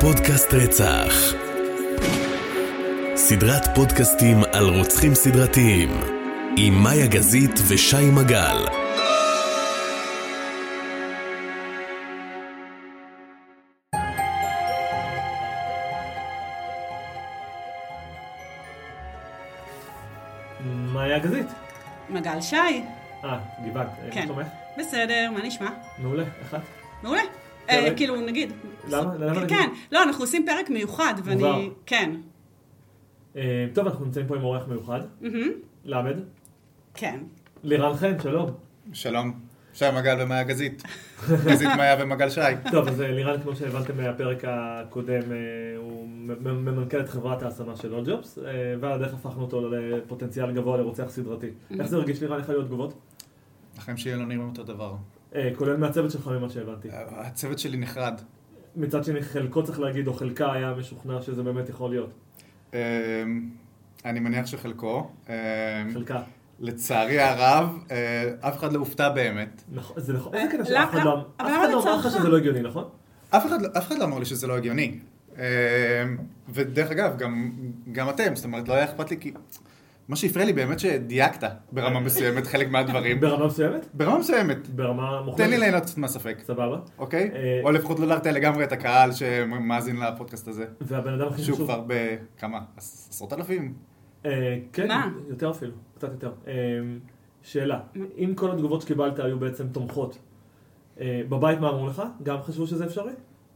פודקאסט רצח. סדרת פודקאסטים על רוצחים סדרתיים עם מאיה גזית ושי מגל. מאיה גזית. מגל שי. גבעת, כן. תומך? בסדר, מה נשמע? מעולה, אחד. מעולה. כאילו נגיד. למה? כן, לא, אנחנו עושים פרק מיוחד ואני... כן. טוב, אנחנו נמצאים פה עם אורח מיוחד. למד. כן. לירן חן, שלום. שלום. שי מגל ומאיה גזית. גזית מאיה ומגל שי. טוב, אז לירן, כמו שהבנתם מהפרק הקודם, הוא ממנכ"ל את חברת ההשמה של אולג'ובס, ועל הדרך הפכנו אותו לפוטנציאל גבוה לרוצח סדרתי. איך זה הרגיש לירן? איך היו תגובות? החיים שלי לא נראים אותו דבר. כולל מהצוות שלך ממה שהבנתי. הצוות שלי נחרד. מצד שני, חלקו צריך להגיד, או חלקה היה משוכנע שזה באמת יכול להיות. אני מניח שחלקו. חלקה. לצערי הרב, אף אחד לא הופתע באמת. נכון, זה נכון. איזה קטע שאף אחד לא אמר לך שזה לא הגיוני, נכון? אף אחד לא אמר לי שזה לא הגיוני. ודרך אגב, גם אתם, זאת אומרת, לא היה אכפת לי כי... מה שהפריע לי באמת שדייקת ברמה מסוימת חלק מהדברים. ברמה מסוימת? ברמה מסוימת. ברמה מוחלטת. תן לי ליהנות מהספק. סבבה. אוקיי? או לפחות לא להרתיע לגמרי את הקהל שמאזין לפודקאסט הזה. והבן אדם הכי חשוב. שהוא כבר בכמה? 10,000? כן, יותר אפילו. קצת יותר. שאלה, אם כל התגובות שקיבלת היו בעצם תומכות, בבית מה אמרו לך? גם חשבו שזה אפשרי?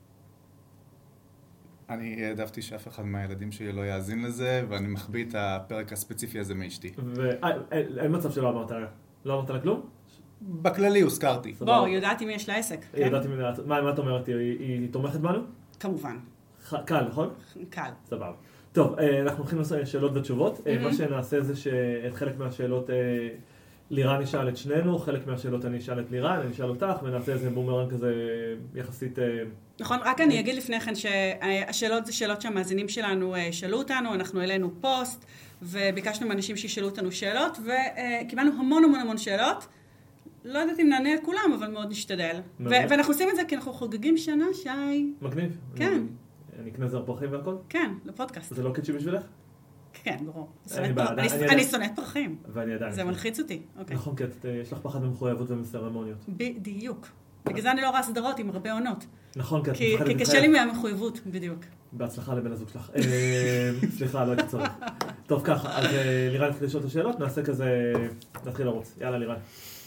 אני העדפתי שאף אחד מהילדים שלי לא יאזין לזה, ואני מחביא את הפרק הספציפי הזה מאשתי. אין מצב שלא אמרת לה? לא אמרת לה כלום? בכללי הוזכרתי. בוא, יודעתי מי יש לה עסק. יודעתי מי... מה את אומרת? היא תומכת בנו? כמובן. קל, נכון? קל. סבבה. טוב, אנחנו הולכים לעשות שאלות ותשובות. מה שנעשה זה שאת חלק מהשאלות לירן ישאל את שנינו, חלק מהשאלות אני אשאל את לירן, אני אשאל אותך, ונעשה איזה בומרנג כזה יחסית... נכון, רק אני אגיד לפני כן שהשאלות זה שאלות שהמאזינים שלנו שאלו אותנו, אנחנו העלינו פוסט, וביקשנו מאנשים שישאלו אותנו שאלות, וקיבלנו המון שאלות. לא יודעת אם נענה על כולם, אבל מאוד נשתדל. ואנחנו עושים את זה כי אנחנו חוגגים שנה, שי. מגניב. כן. אני אקנה זר פרחים והכל? כן, לפודקאסט. זה לא קיצ'י בשבילך? כן, ברור. אני שונאת פרחים. ואני עדיין. זה מלחיץ אותי. נכון, כי יש לך פחד ממחויבות ומסרמוניות. בדיוק. בגלל זה אני לא רואה סדרות עם הרבה עונות. נכון, כי קשה לי מהמחויבות, בדיוק. בהצלחה לבן הזוג שלך. סליחה, לא הייתי צורך. טוב, ככה, אז לירן התחיל לשאול את השאלות, נעשה כזה, נתחיל לרוץ. יאללה, לירן.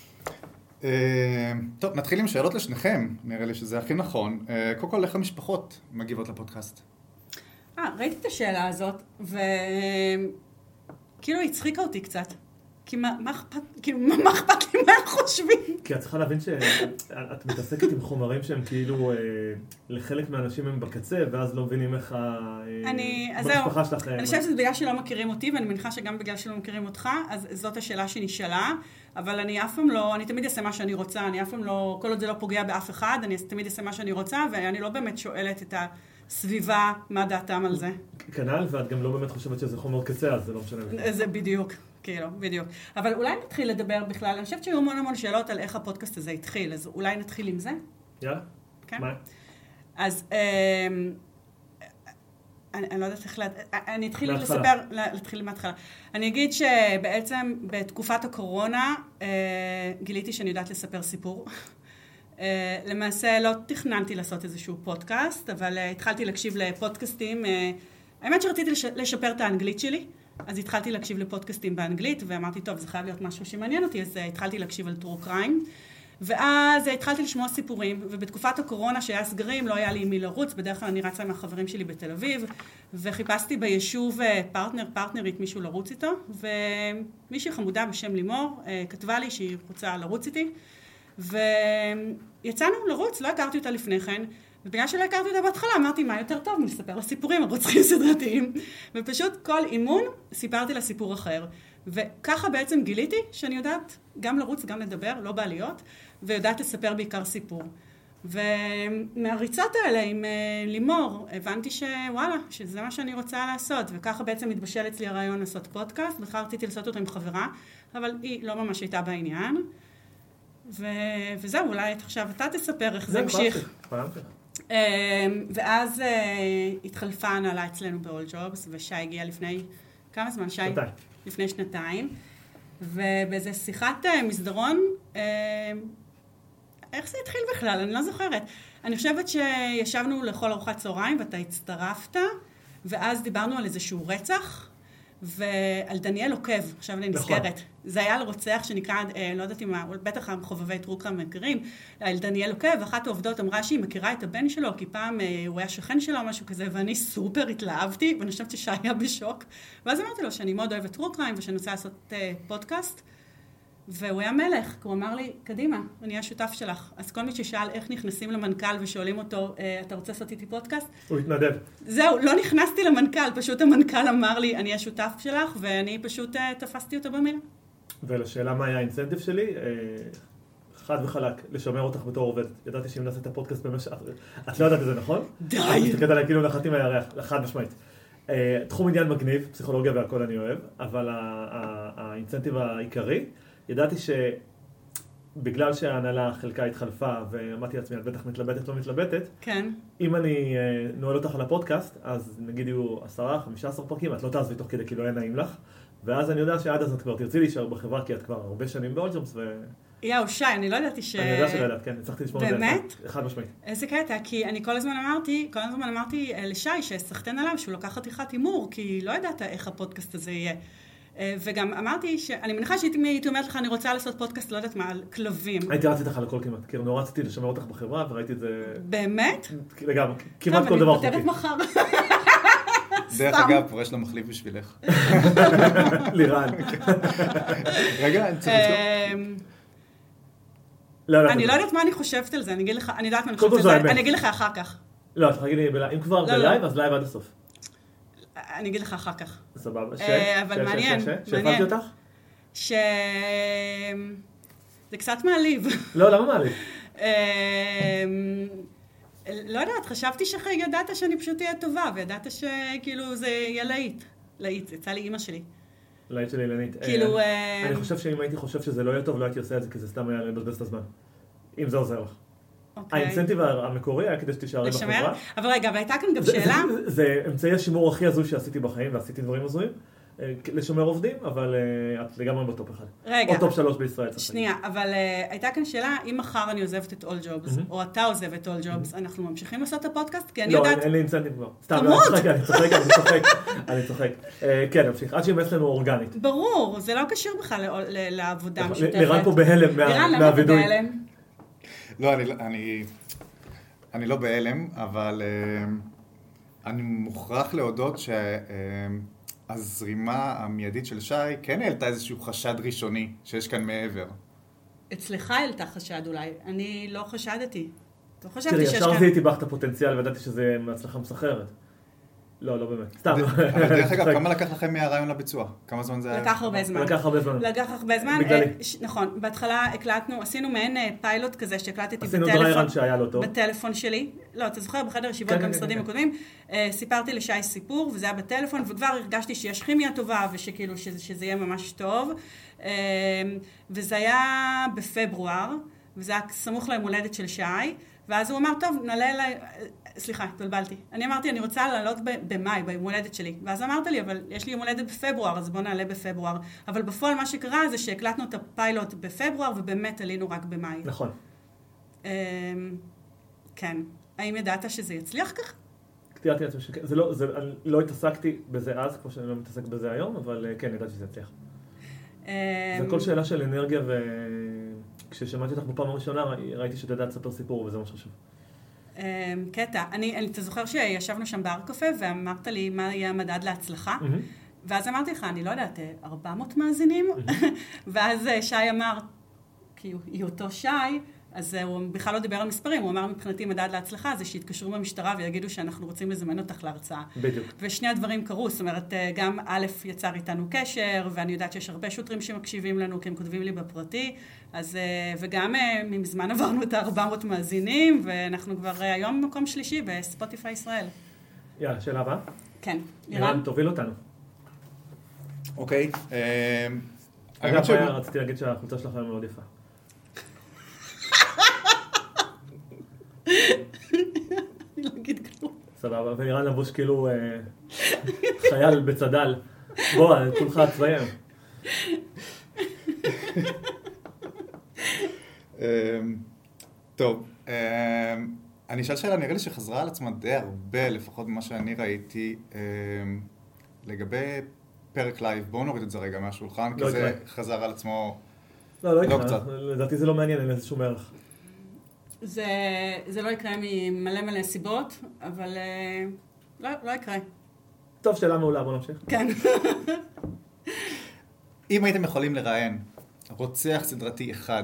טוב, נתחיל עם שאלות לשניכם, נראה לי שזה הכי נכון. קודם כל, איך המשפחות מגיבות לפודקאסט? ראיתי את השאלה הזאת, וכאילו הצחיקה אותי קצת. כי מה אכפת לי מה הם חושבים? כי את צריכה להבין שאת מתעסקת עם חומרים שהם כאילו, לחלק מהאנשים הם בקצה, ואז לא מבינים איך במשפחה שלכם. אני חושבת שזה בגלל שלא מכירים אותי, ואני מניחה שגם בגלל שלא מכירים אותך, אז זאת השאלה שנשאלה, אבל אני אף פעם לא, אני תמיד אעשה מה שאני רוצה, אני אף פעם לא, כל עוד זה לא פוגע באף אחד, אני תמיד אעשה מה שאני רוצה, ואני לא באמת שואלת את הסביבה, מה דעתם על זה. כנ"ל, ואת גם לא באמת חושבת שזה חומר קצה, אז זה לא משנה. זה בדיוק. כאילו, בדיוק. אבל אולי נתחיל לדבר בכלל, אני חושבת שהיו המון שאלות על איך הפודקאסט הזה התחיל, אז אולי נתחיל עם זה? יאללה. כן? מה? אז אני לא יודעת איך אני אתחיל לספר, להתחיל מההתחלה. אני אגיד שבעצם בתקופת הקורונה גיליתי שאני יודעת לספר סיפור. למעשה לא תכננתי לעשות איזשהו פודקאסט, אבל התחלתי להקשיב לפודקאסטים. האמת שרציתי לשפר את האנגלית שלי, אז התחלתי להקשיב לפודקאסטים באנגלית, ואמרתי, טוב, זה חייב להיות משהו שמעניין אותי, אז התחלתי להקשיב על True Crime, ואז התחלתי לשמוע סיפורים, ובתקופת הקורונה שהיה סגרים, לא היה לי מי לרוץ, בדרך כלל אני רצה עם החברים שלי בתל אביב, וחיפשתי ביישוב פרטנרית, מישהו לרוץ איתו, ומישהי חמודה בשם לימור, כתבה לי שהיא רוצה לרוץ איתי, ויצאנו לרוץ, לא הכרתי אותה לפני כן, ובגלל שלא הכרתי אותה בהתחלה, אמרתי, מה יותר טוב מלספר לה סיפורים על רוצחים סדרתיים. ופשוט כל אימון סיפרתי לה סיפור אחר. וככה בעצם גיליתי שאני יודעת גם לרוץ, גם לדבר, לא בעליות, ויודעת לספר בעיקר סיפור. ומהריצות האלה עם לימור, הבנתי שוואלה, שזה מה שאני רוצה לעשות. וככה בעצם התבשל אצלי הרעיון לעשות פודקאסט, בכלל רציתי לעשות אותו עם חברה, אבל היא לא ממש הייתה בעניין. וזהו, אולי עכשיו אתה תספר איך זה המשיך. ואז התחלפה הנהלה אצלנו ב-All Jobs, ושי הגיע לפני, כמה זמן שי? לפני שנתיים. ובאיזה שיחת מסדרון, איך זה התחיל בכלל? אני לא זוכרת. אני חושבת שישבנו לכל ארוחת צהריים ואתה הצטרפת, ואז דיברנו על איזשהו רצח, ועל דניאל עוקב, עכשיו אני נזכרת. זה היה על רוצח שנקרא, לא יודעת אם, בטח חובבי טרוקה מכירים, על דניאל עוקב, ואחת העובדות אמרה שהיא מכירה את הבן שלו, כי פעם הוא היה שכן שלו או משהו כזה, ואני סופר התלהבתי, ואני חושבת ששי היה בשוק. ואז אמרתי לו שאני מאוד אוהבת טרוקה, ושאני רוצה לעשות פודקאסט, והוא היה מלך, כי הוא אמר לי, קדימה, אני אהיה שותף שלך. אז כל מי ששאל איך נכנסים למנכ"ל ושואלים אותו, אתה רוצה לעשות איתי פודקאסט? הוא התנדב. זהו, לא נכנסתי למנכ"ל, פשוט המנכ"ל אמר לי, אני אהיה שותף שלך, ואני פשוט תפסתי אותו במילה. ולשאלה מה היה האינסנטיב שלי, חד וחלק, לשמר אותך בתור עובד. ידעתי שאם נעשה את הפודקאסט במשך... את לא יודעת את זה, נכון? די! תסתכלת עליי כאילו נחתים מהירח, חד משמעית. תחום עניין מגניב, פסיכולוגיה והכל אני אוהב, אבל האינסנטיב העיקרי, ידעתי שבגלל שההנהלה חלקה התחלפה, ואמרתי לעצמי, את בטח מתלבטת, לא מתלבטת, כן. אם אני נועל אותך על הפודקאסט, אז נגיד יהיו 10-15 פרקים, את לא תעזבי תוך כדי, כי לא יהיה נעים לך, ואז אני יודע שעד אז את כבר תרצי להישאר בחברה, כי את כבר הרבה שנים ב-All Jobs, יאו, שי, אני לא ידעתי ש... אני יודע שלא ידעת, כן, הצלחתי לשמור את זה. באמת? אחד משמעית. איזה קטע, כי אני כל הזמן אמרתי לשי שסחטן עליו שהוא לקח חתיכת הימור, כי לא ידעת איך הפודקאסט הזה יהיה. וגם אמרתי שאני מניחה שהייתי אומרת לך, אני רוצה לעשות פודקאסט, לא יודעת מה, על כלבים. הייתי רציתי לך לכל כמעט, כי נורא רציתי לשמר אותך בחברה, וראיתי את זה... באמת? לגמרי, כמעט כל דבר חוקי. טוב, אני מתפטרת מחר. דרך אגב, פה יש לו מחליף בשבילך. לירן. רגע, אני צריך לזכור. אני לא יודעת מה אני חושבת על זה, אני אגיד לך, אני יודעת מה אני חושבת על זה, אני אגיד לך אחר כך. לא, אתה תגיד לי, אם כבר בלייב, אז לייב עד הסוף. אני אגיד לך אחר כך. סבבה. אבל מעניין. שהפעלתי אותך? זה קצת מעליב. לא, למה מעליב? לא יודעת, חשבתי שידעת שאני פשוט אהיה טובה, וידעת שכאילו זה יהיה להיט. להיט, יצא לי אימא שלי. להיט שלי אילנית. כאילו... אני חושב שאם הייתי חושב שזה לא יהיה טוב, לא הייתי עושה את זה, כי זה סתם היה לבזבז את הזמן. אם זה עוזר לך. האינסנטיב המקורי היה כדי שתישארי בחברה. אבל רגע, אבל הייתה כאן גם שאלה... זה אמצעי השימור הכי הזוי שעשיתי בחיים, ועשיתי דברים הזויים, לשומר עובדים, אבל את לגמרי בטופ אחד. רגע. או טופ 3 בישראל. שנייה, אבל הייתה כאן שאלה, אם מחר אני עוזבת את All Jobs, או אתה עוזב את All Jobs, אנחנו ממשיכים לעשות את הפודקאסט? כי אני יודעת... לא, אין לי אינסנטיב כבר. סתם, תמות! אני צוחק. כן, נמשיך. עד שימס לנו אורגנית. ברור, זה לא קשור בכלל לעבודה משותפת. לירן פה בהלם מהווידוי. לירן, למה אתה בהלם? לא, אני לא בהלם, אבל אני מוכרח להודות שהזרימה המיידית של שי כן העלתה איזשהו חשד ראשוני שיש כאן מעבר. אצלך העלתה חשד אולי, אני לא חשדתי. לא חשבתי תראי, שיש ישר כאן... זיהיתי בך את הפוטנציאל וידעתי שזה מהצלחה מסחררת. לא באמת. סתם. אבל דרך אגב, כמה לקח לכם מהרעיון לביצוע? כמה זמן זה היה? לקח הרבה זמן. לקח הרבה זמן. בגללי. נכון, בהתחלה הקלטנו, עשינו מעין פיילוט כזה שהקלטתי בטלפון שלי. לא, אתה זוכר, בחדר ישיבות במשרדים הקודמים, סיפרתי לשי סיפור, וזה היה בטלפון, וכבר הרגשתי שיש כימיה טובה, ושכאילו שזה יהיה ממש טוב. וזה היה בפברואר, וזה היה סמוך ליום הולדת של שי, ואז הוא אמר, טוב, נעלה אליי... סליחה, התבלבלתי. אני אמרתי, אני רוצה לעלות במאי, ביום הולדת שלי. ואז אמרת לי, אבל יש לי יום הולדת בפברואר, אז בוא נעלה בפברואר. אבל בפועל מה שקרה זה שהקלטנו את הפיילוט בפברואר, ובאמת עלינו רק במאי. נכון. כן. האם ידעת שזה יצליח כך? תיארתי לעצמי שכן. אני לא התעסקתי בזה אז, כמו שאני לא מתעסק בזה היום, אבל כן, ידעתי שזה יצליח. זה כל שאלה של אנרגיה, וכששמעתי אותך בפעם הראשונה, ראיתי שאתה יודעת לספר סיפור, וזה ממש חשוב. קטע, אתה זוכר שישבנו שם בר קפה ואמרת לי מה יהיה המדד להצלחה, ואז אמרתי לך, אני לא יודעת, 400 מאזינים, ואז שי אמר, כי היא אותו שי, אז הוא בכלל לא דיבר על מספרים, הוא אמר מבחינתי מדד להצלחה, זה שיתקשרו במשטרה ויגידו שאנחנו רוצים לזמן אותך להרצאה. בדיוק. ושני הדברים קרו, זאת אומרת, גם א' יצר איתנו קשר, ואני יודעת שיש הרבה שוטרים שמקשיבים לנו, כי הם כותבים לי בפרטי, אז, וגם מזמן עברנו את 400 מאזינים, ואנחנו כבר היום במקום שלישי בספוטיפיי ישראל. יאללה, שאלה הבאה? כן. לירן, תוביל אותנו. אוקיי. אגב, רציתי להגיד שהחולצה שלך מאוד יפה. סבבה, ולירן לבוש כאילו חייל בצדל. בוא, כולך צבעים. טוב, אני אשאל שאלה, נראה לי שחזרה על עצמה די הרבה, לפחות ממה שאני ראיתי, לגבי פרק לייב. בואו נוריד את זה רגע מהשולחן, כי זה חזר על עצמו לא קצת. לדעתי זה לא מעניין, אין איזשהו מערך. זה לא יקרה ממלא מלא סיבות, אבל לא יקרה. טוב, שאלה מעולה, בוא נמשיך. כן. אם הייתם יכולים לראיין רוצח סדרתי אחד,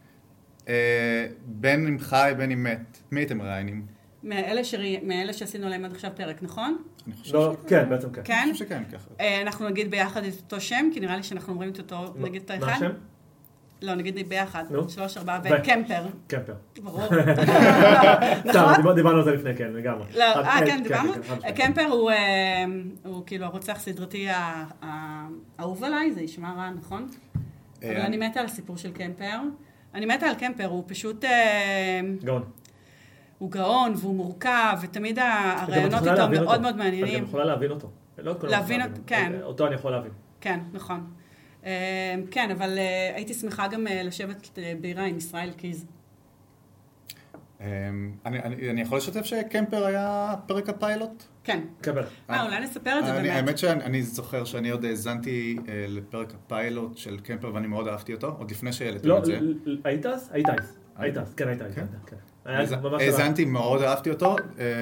בין אם חי, בין אם מת, מי הייתם מראיינים? מאלה שעשינו להם עד עכשיו פרק, נכון? אני חושב לא, כן, בעצם כן. כן? אני חושב שכן, ככה. אנחנו נגיד ביחד את אותו שם, כי נראה לי שאנחנו אומרים את אותו, נגיד את האחד. מה השם? לא, נגיד ביחד. 3, 4 ו- וקמפר. קמפר. ברור. סתם, דיברנו על זה לפני, כן, לגמרי. כן, דיברנו. קמפר הוא כאילו הרוצח סדרתי האהוב עליי, זה ישמע רע, נכון? אבל אני מתה על הסיפור של קמפר. אני מתה על קמפר, הוא פשוט... גאון. הוא גאון והוא מורכב, ותמיד הרעיונות איתו מאוד מאוד מעניינים. אני גם יכולה להבין אותו. להבין אותו, כן. אותו אני יכול להבין. כן, נכון. כן, אבל הייתי שמחה גם לשבת בירה עם ישראל קיז. אני יכול לשתף שקמפר היה פרק הפיילוט? כן. קמפר. אולי נספר את זה באמת. האמת שאני זוכר שאני עוד האזנתי לפרק הפיילוט של קמפר ואני מאוד אהבתי אותו, עוד לפני שהעליתם את זה. לא, היית אז? היית אז, כן, היית. האזנתי, מאוד אהבתי אותו,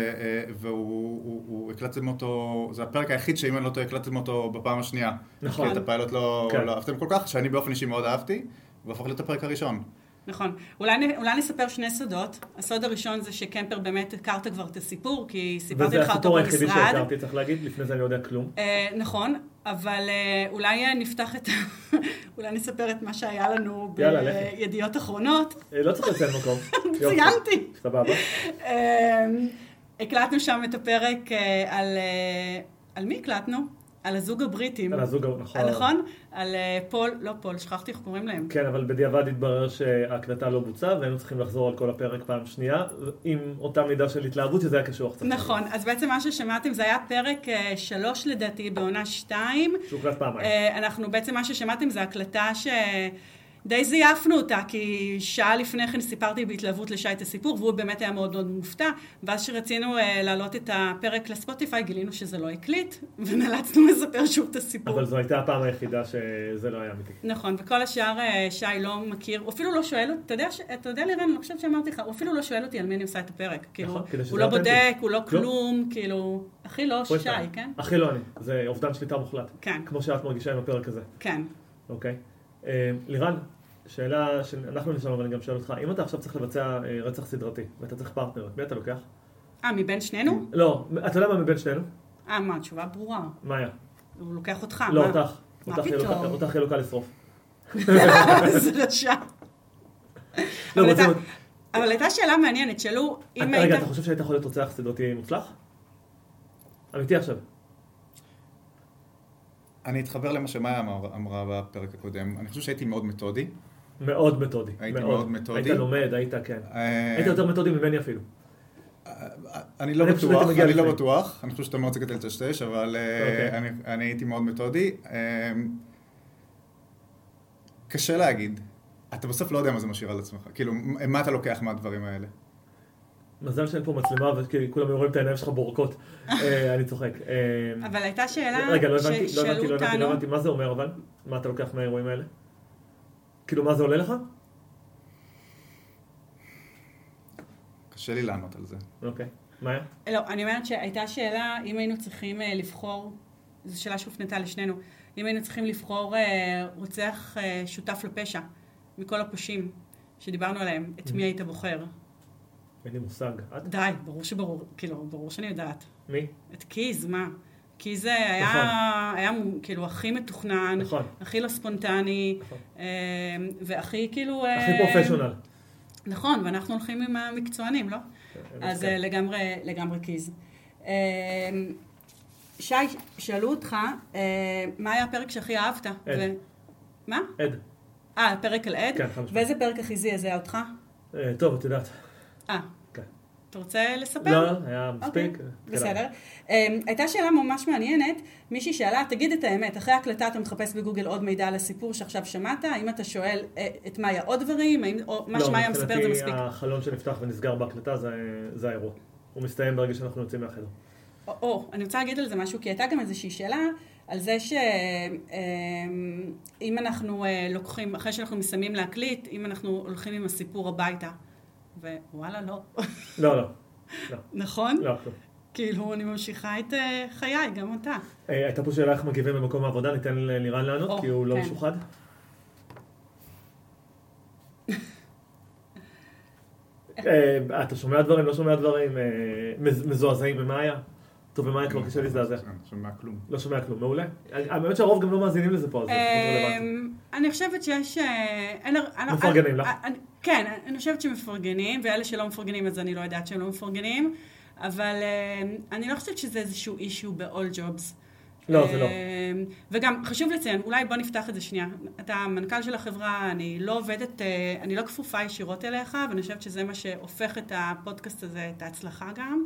והוא הקלטתם אותו, זה הפרק היחיד שאם אני לא טועה הקלטתם אותו בפעם השנייה. נכון. כי את הפיילוט לא אהבתם כל כך, שאני באופן אישי מאוד אהבתי, והפך להיות הפרק הראשון. נכון. אולי נספר 2 סודות. הסוד הראשון זה שקמפר באמת הכרת כבר את הסיפור, כי סיפרתי לך אותו במשרד. וזה הסיפור היחידי שהכרתי, צריך להגיד, לפני זה אני לא יודע כלום. נכון, אבל אולי נפתח אולי נספר את מה שהיה לנו בידיעות אחרונות. לא צריך לציין מקום. ציינתי. סבבה. הקלטנו שם את הפרק על מי הקלטנו? על הזוג הבריטים. על הזוג, נכון. נכון? על פול, שכחתי איך קוראים להם. כן, אבל בדיעבד התברר שההקלטה לא בוצעה, והיינו צריכים לחזור על כל הפרק פעם שנייה, עם אותה מידה של התלהבות שזה היה קשוח קצת. נכון, אז בעצם מה ששמעתם זה היה פרק 3 לדעתי, בעונה 2. שהוקלט פעמיים. בעצם מה ששמעתם זה הקלטה די זייפנו אותה, כי שעה לפני כן סיפרתי בהתלהבות לשי את הסיפור, והוא באמת היה מאוד מאוד מופתע, ואז שרצינו להעלות את הפרק לספוטיפיי, גילינו שזה לא הקליט, ונאלצנו לספר שוב את הסיפור. אבל זו הייתה הפעם היחידה שזה לא היה אמיתי. נכון, וכל השאר שי לא מכיר, הוא אפילו לא שואל אותי, אתה יודע לירן, אני לא חושבת שאמרתי לך, הוא אפילו לא שואל אותי על מי אני עושה את הפרק, כאילו, הוא לא בודק, הוא לא כלום, כאילו, הכי לא שי, כן? הכי לא אני, זה אובדן שליטה מוחלט. כן. כמו שאת מרגישה עם הפרק הזה. כן. אוקיי. לירן, שאלה שאנחנו נשאלנו, ואני גם שואל אותך, אם אתה עכשיו צריך לבצע רצח סדרתי, ואתה צריך פרטנר, מי אתה לוקח? מבין שנינו? לא, אתה יודע מה מבין שנינו? מה, התשובה ברורה. מה היה? הוא לוקח אותך. לא, אותך. מה פתאום? אותך יהיה לו קל לשרוף. זה רשע. אבל הייתה שאלה מעניינת, שאלו אם היית... רגע, אתה חושב שהיית יכול להיות רוצח סדרתי מוצלח? אמיתי עכשיו. אני אתחבר למה שמאיה אמרה בפרק הקודם. אני חושב שהייתי מאוד מתודי. מאוד מתודי. הייתי מאוד מתודי. היית לומד, היית, כן. היית יותר מתודי ממני אפילו. אני לא בטוח. אני חושב שאתה מאוד צריך לטשטש, אבל אני הייתי מאוד מתודי. קשה להגיד. אתה בסוף לא יודע מה זה משאיר על עצמך. כאילו, מה אתה לוקח מהדברים האלה? מזל שאין פה מצלמה וכולם רואים את העיניים שלך בורקות. אני צוחק. אבל הייתה שאלה ששאלו אותנו... לא הבנתי, מה זה אומר אבל? מה אתה לוקח מהאירועים האלה? כאילו, מה זה עולה לך? קשה לי לענות על זה. אוקיי. מה היה? לא, אני אומרת שהייתה שאלה אם היינו צריכים לבחור, זו שאלה שהופנתה לשנינו, אם היינו צריכים לבחור רוצח שותף לפשע מכל הפושעים שדיברנו עליהם, את מי היית בוחר? אין לי מושג. די, ברור שברור, כאילו, ברור שאני יודעת. מי? את קיז, מה? קיז היה כאילו הכי מתוכנן, הכי לא ספונטני, והכי כאילו... הכי פרופשיונל. נכון, ואנחנו הולכים עם המקצוענים, לא? אז לגמרי קיז. שי, שאלו אותך, מה היה הפרק שהכי אהבת? עד. מה? עד. הפרק על עד? כן, ואיזה פרק הכי זעזע אותך? טוב, את יודעת. כן. אתה רוצה לספר? לא, היה מספיק. בסדר. הייתה שאלה ממש מעניינת, מישהי שאלה, תגיד את האמת, אחרי ההקלטה אתה מחפש בגוגל עוד מידע על הסיפור שעכשיו שמעת, האם אתה שואל את מאיה עוד דברים, מה שמאיה מספר זה מספיק? לא, החלון שנפתח ונסגר בהקלטה זה האירוע. הוא מסתיים ברגע שאנחנו יוצאים מהחדר. אני רוצה להגיד על זה משהו, כי הייתה גם איזושהי שאלה על זה שאם אנחנו לוקחים, אחרי שאנחנו מסיימים להקליט, אם אנחנו הולכים עם הסיפור הביתה. ווואלה, לא. לא. נכון? לא. כאילו, אני ממשיכה את חיי, גם אתה. הייתה פה שאלה איך מגיבים במקום העבודה, ניתן לירן לענות, כי הוא לא משוחד. אתה שומע דברים, לא שומע דברים, מזועזעים במאיה? טוב, במאיה כבר קשה להזדעזע. לא שומע כלום. לא שומע כלום, מעולה. האמת שהרוב גם לא מאזינים לזה פה, אז זה רלוונטי. אני חושבת שיש... מפרגנים לך? כן, אני חושבת שמפרגנים, ואלה שלא מפרגנים, אז אני לא יודעת שהם לא מפרגנים, אבל אני לא חושבת שזה איזשהו אישו ב-all jobs. לא, זה לא. וגם חשוב לציין, אולי בוא נפתח את זה שנייה. אתה המנכ"ל של החברה, אני לא עובדת, אני לא כפופה ישירות אליך, ואני חושבת שזה מה שהופך את הפודקאסט הזה, את ההצלחה גם.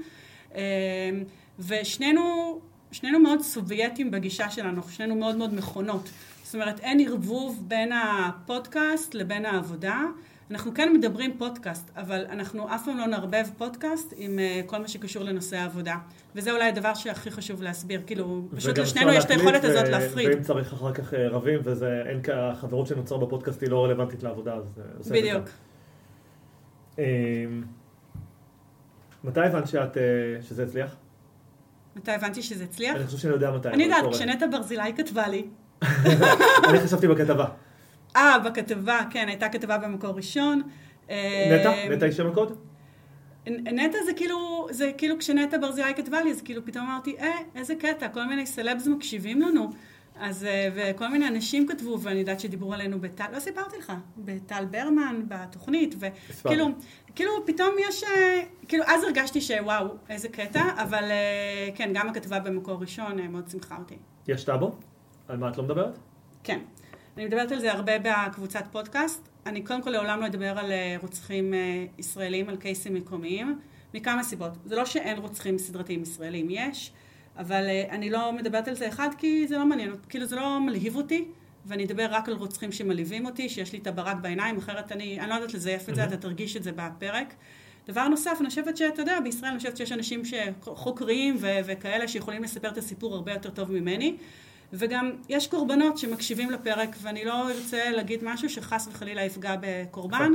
ושנינו מאוד סובייטים בגישה שלנו, שנינו מאוד מאוד מכונות. זאת אומרת, אין ערבוב בין הפודקאסט לבין העבודה. אנחנו כן מדברים פודקאסט, אבל אנחנו אף פעם לא נערבב פודקאסט עם כל מה שקשור לנושא העבודה. וזה אולי הדבר שהכי חשוב להסביר. כאילו, פשוט לשנינו יש את היכולת הזאת להפריד. ואם צריך אחר כך רבים, ואין החברות שנוצרה בפודקאסט היא לא רלוונטית לעבודה, אז עושה את זה. בדיוק. מתי הבנת שזה הצליח? מתי הבנתי שזה הצליח? אני חושב שאני יודע מתי. אני יודעת, כשנטע ברזילי כתבה לי. אני חשבתי בכתבה. בכתבה, כן, הייתה כתבה במקור ראשון. נטע היא שם הקוד? נטע זה כאילו כשנטע ברזילי כתבה לי, אז כאילו פתאום אמרתי, איזה קטע, כל מיני סלבס מקשיבים לנו. אז, וכל מיני אנשים כתבו, ואני יודעת שדיברו עלינו לא סיפרתי לך, בטל ברמן, בתוכנית, וכאילו פתאום יש, כאילו אז הרגשתי שוואו, איזה קטע, אבל כן, גם הכתבה במקור ראשון מאוד שמחה אותי. יש טאבו? על מה את לא מדברת? כן. אני מדברת על זה הרבה בקבוצת פודקאסט. אני קודם כל לעולם לא אדבר על רוצחים ישראלים, על קייסים מקומיים, מכמה סיבות. זה לא שאין רוצחים סדרתיים ישראלים, יש, אבל אני לא מדברת על זה אחד, כי זה לא מעניין, כאילו זה לא מלהיב אותי, ואני אדבר רק על רוצחים שמלהיבים אותי, שיש לי את הברק בעיניים, אחרת אני לא יודעת לזייף את זה, אתה תרגיש את זה בפרק. דבר נוסף, אני חושבת שאתה יודע, בישראל אני חושבת שיש אנשים שחוקרים וכאלה שיכולים לספר את הסיפור הרבה יותר טוב ממני, וגם יש קורבנות שמקשיבים לפרק, ואני לא ארצה להגיד משהו שחס וחלילה יפגע בקורבן,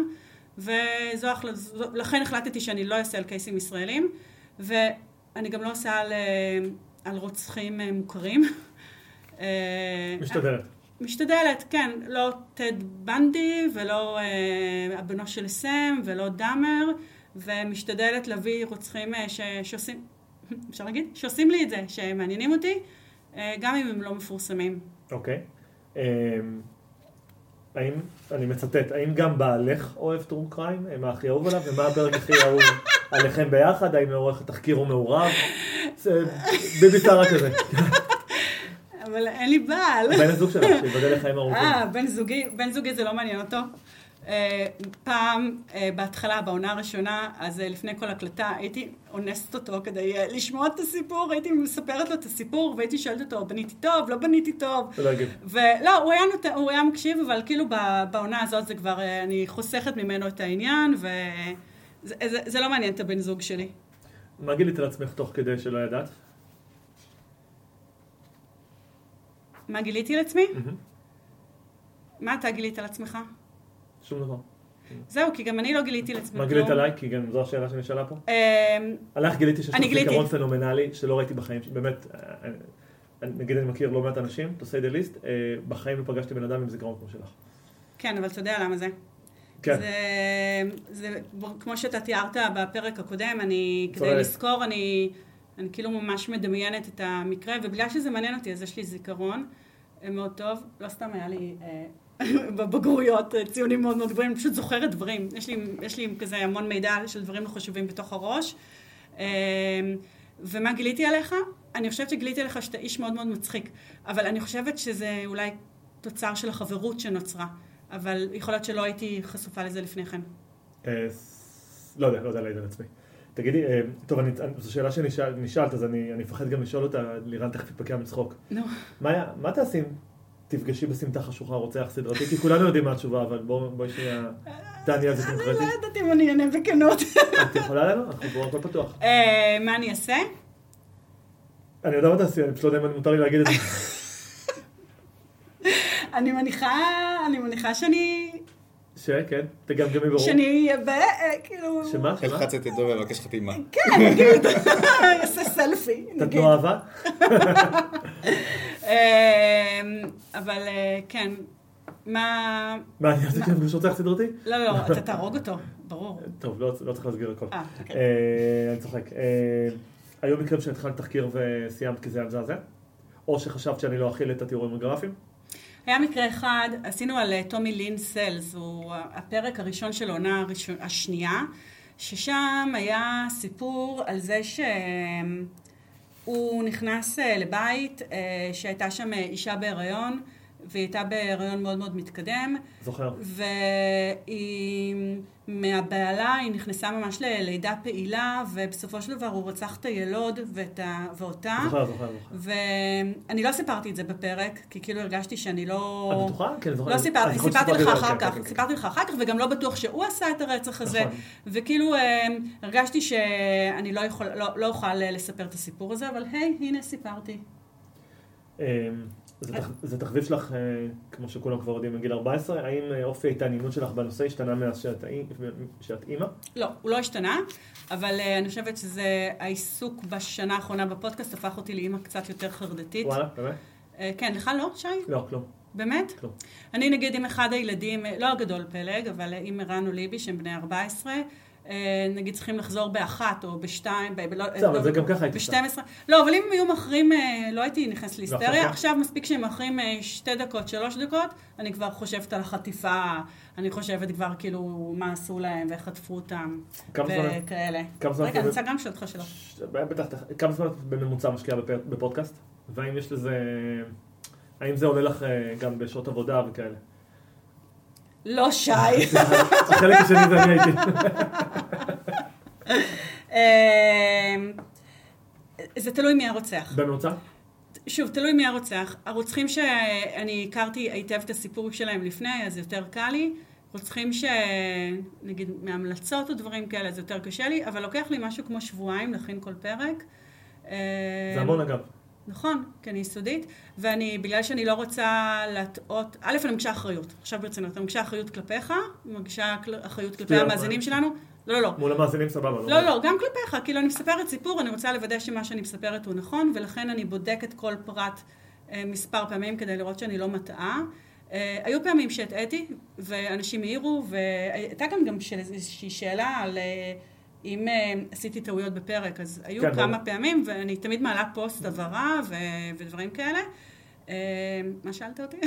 ולכן החלטתי שאני לא אעשה על קייסים ישראלים, ואני גם לא עושה על רוצחים מוכרים. משתדלת. משתדלת, כן. לא טד בנדי, ולא הבנו של סם, ולא דאמר, ומשתדלת להביא רוצחים שעושים, אפשר להגיד? שעושים לי את זה, שמעניינים אותי, גם אם הם לא מפורסמים. אוקיי. אני מצטט, האם גם בעלך אוהב טרו קריים? מה הכי אהוב עליו? ומה הפרק הכי אהוב עליכם ביחד? האם עורך תחקיר או מעורב? זה בביצרה כזה. אבל אין לי בעל. בן הזוג שלך, שיבדל לחיים ארוכים. בן זוגי זה לא מעניין אותו. פעם, בהתחלה, בעונה הראשונה, אז לפני כל הקלטה, הייתי אונסת אותו כדי לשמוע את הסיפור, הייתי מספרת לו את הסיפור, והייתי שואלת אותו, בניתי טוב, לא בניתי טוב. ולא, הוא היה מקשיב, אבל כאילו בעונה הזאת זה כבר, אני חוסכת ממנו את העניין, וזה לא מעניין את הבן זוג שלי. מה גילית על עצמך תוך כדי שלא ידעת? מה גיליתי על עצמי? מה אתה גילית על עצמך? שום דבר. זהו, כי גם אני לא גיליתי לעצמי. מה גילית עליי? כי גם זו השאלה שנשאלה פה. עליך גיליתי שיש לך זיכרון פנומנלי שלא ראיתי בחיים. באמת, נגיד אני מכיר לא מעט אנשים, to say the least, בחיים לא פגשתי בן אדם עם זיכרון כמו שלך. כן, אבל אתה יודע למה זה. כן. זה כמו שאתה תיארת בפרק הקודם, כדי לזכור, אני כאילו ממש מדמיינת את המקרה, ובגלל שזה מעניין אותי, אז יש לי זיכרון מאוד טוב. לא סתם היה לי בבגרויות ציונים מאוד מאוד גבוהים, אני פשוט זוכרת דברים. יש לי כזה המון מידע של דברים לא חשובים בתוך הראש. ומה גיליתי עליך? אני חושבת שגיליתי עליך שאתה איש מאוד מאוד מצחיק, אבל אני חושבת שזה אולי תוצר של החברות שנוצרה, אבל יכול להיות שלא הייתי חשופה לזה לפני כן. לא יודע להעיד על עצמי. תגידי, טוב, זו שאלה שנשאלת, אז אני מפחד גם לשאול אותה, לירן תכף תתפקע מצחוק. נו. מה תעשי אם תפגשי בסמטה חשוכה רוצח סדרתי? כי כולנו יודעים מה התשובה, אבל בואי שנייה, תעני על זה קונקרטי. אני לא יודעת אם אני אענה בכנות. את יכולה לנו? אנחנו פה הכל פתוח. מה אני אעשה? אני יודע מה תעשי, אני פשוט לא יודע אם מותר לי להגיד את זה. אני מניחה שאני... כן, תגמגמי ברור. שאני כאילו... שמה? אלחץ את ידו ובקש חתימה. כן, נגיד, יעשה סלפי. תתנו אהבה? אבל כן, מה... מה, אני אעשה כאילו רוצח סדרתי? לא, אתה תהרוג אותו, ברור. טוב, לא צריך להסגיר הכל. אוקיי. אני צוחק. היו מקרים שהתחלת תחקיר וסיימת כי זה היה זה? או שחשבת שאני לא אכיל את התיאורים הגרפיים? היה מקרה אחד, עשינו על טומי לין סלס, הוא הפרק הראשון של העונה השנייה, ששם היה סיפור על זה שהוא נכנס לבית שהייתה שם אישה בהיריון, והיא הייתה בהיריון מאוד מאוד מתקדם. זוכר. מהבעלה היא נכנסה ממש ללידה פעילה, ובסופו של דבר הוא רצח את הילוד ואותה. זוכר. ואני לא סיפרתי את זה בפרק, כי כאילו הרגשתי שאני לא... את בטוחה? כן, זוכר. לא סיפרתי לך אחר כך. סיפרתי לך אחר כך, וגם לא בטוח שהוא עשה את הרצח הזה. וכאילו הרגשתי שאני לא אוכל לספר את הסיפור הזה, אבל היי, הנה סיפרתי. זה תחביב שלך, כמו שכולם כבר יודעים, מגיל 14, האם אופי ההתעניינות שלך בנושא השתנה מאז שאת אימא? לא, הוא לא השתנה, אבל אני חושבת שזה העיסוק בשנה האחרונה בפודקאסט, הפך אותי לאימא קצת יותר חרדתית. וואלה, באמת? כן, לך לא, שי? לא, כלום. באמת? כלום. אני נגיד עם אחד הילדים, לא הגדול פלג, אבל עם ערן או ליבי, שהם בני 14, נגיד צריכים לחזור באחת או בשתיים, אבל זה גם ככה הייתי ב-12. לא, אבל אם הם היו מאחרים, לא הייתי נכנס להיסטריה. עכשיו מספיק שהם מאחרים 2 דקות, 3 דקות, אני כבר חושבת על החטיפה, אני חושבת כבר כאילו מה עשו להם ואיך חטפו אותם וכאלה. רגע, אני רוצה גם לשאול אותך שאלה. בטח, כמה זמן בממוצע משקיעה בפודקאסט? והאם יש לזה, האם זה עולה לך גם בשעות עבודה וכאלה? לא שי. החלק השני זה אני הייתי. זה תלוי מי הרוצח. בממוצע? שוב, תלוי מי הרוצח. הרוצחים שאני הכרתי היטב את הסיפור שלהם לפני, אז זה יותר קל לי. רוצחים שנגיד מהמלצות או דברים כאלה, זה יותר קשה לי, אבל לוקח לי משהו כמו שבועיים להכין כל פרק. זה המון אגב. נכון, כי אני יסודית, ואני, בגלל שאני לא רוצה להטעות, א', אני מרגישה אחריות. עכשיו ברצינות, אני מרגישה אחריות כלפיך, אני מרגישה אחריות כלפי המאזינים שלנו. לא. מול המאזינים סבבה. לא, גם כלפיך, כאילו אני מספרת סיפור, אני רוצה לוודא שמה שאני מספרת הוא נכון, ולכן אני בודקת כל פרט מספר פעמים כדי לראות שאני לא מטעה. היו פעמים שהטעיתי, ואנשים העירו, והייתה גם איזושהי שאלה על... אם עשיתי טעויות בפרק, אז היו כמה פעמים, ואני תמיד מעלה פוסט הבהרה ודברים כאלה. מה שאלת אותי?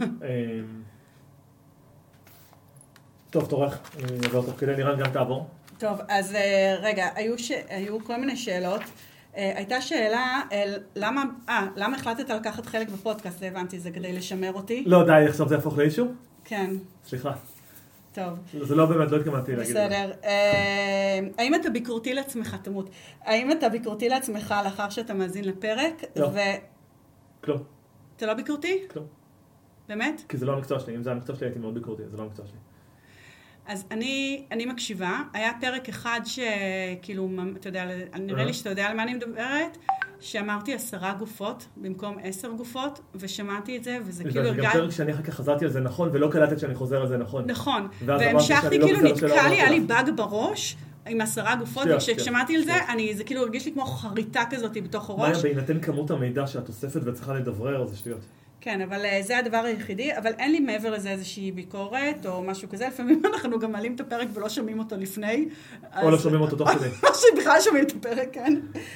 טוב, תורך. אני אעבור תוך כדי, נראה גם תעבור. טוב, אז רגע, היו כל מיני שאלות. הייתה שאלה, למה החלטת לקחת חלק בפודקאסט? הבנתי, זה כדי לשמר אותי. לא, די, עכשיו זה יהפוך לאישו? כן. סליחה. טוב. זה לא באמת, לא התכוונתי להגיד. בסדר. האם אתה ביקורתי לעצמך, תמות? האם אתה ביקורתי לעצמך לאחר שאתה מאזין לפרק? לא. כלום. אתה לא ביקורתי? כלום. באמת? כי זה לא המקצוע שלי. אם זה המקצוע שלי, הייתי מאוד ביקורתי. זה לא המקצוע שלי. אז אני מקשיבה. היה פרק אחד שכאילו, אתה יודע, נראה לי שאתה יודע על מה אני מדברת, שאמרתי 10 גופות במקום 10 גופות, ושמעתי את זה, וזה כאילו גם פרק שאני אחר כך חזרתי על זה נכון, ולא קלטת שאני חוזר על זה נכון. נכון. והמשכתי, כאילו נתקע לי, היה לי באג בראש, עם 10 גופות, וכששמעתי על זה, זה כאילו הרגיש לי כמו חריטה כזאת בתוך הראש. מה, בהינתן כמות המידע שאת אוספת וצריכה לדברר, זה שטויות. כן, אבל זה הדבר היחידי, אבל אין לי מעבר לזה איזושהי ביקורת או משהו כזה, לפעמים אנחנו גם מעלים את הפרק ולא שומעים אותו לפני. או לא שומעים אותו תוך כדי. או שבכלל שומעים את הפרק, כן.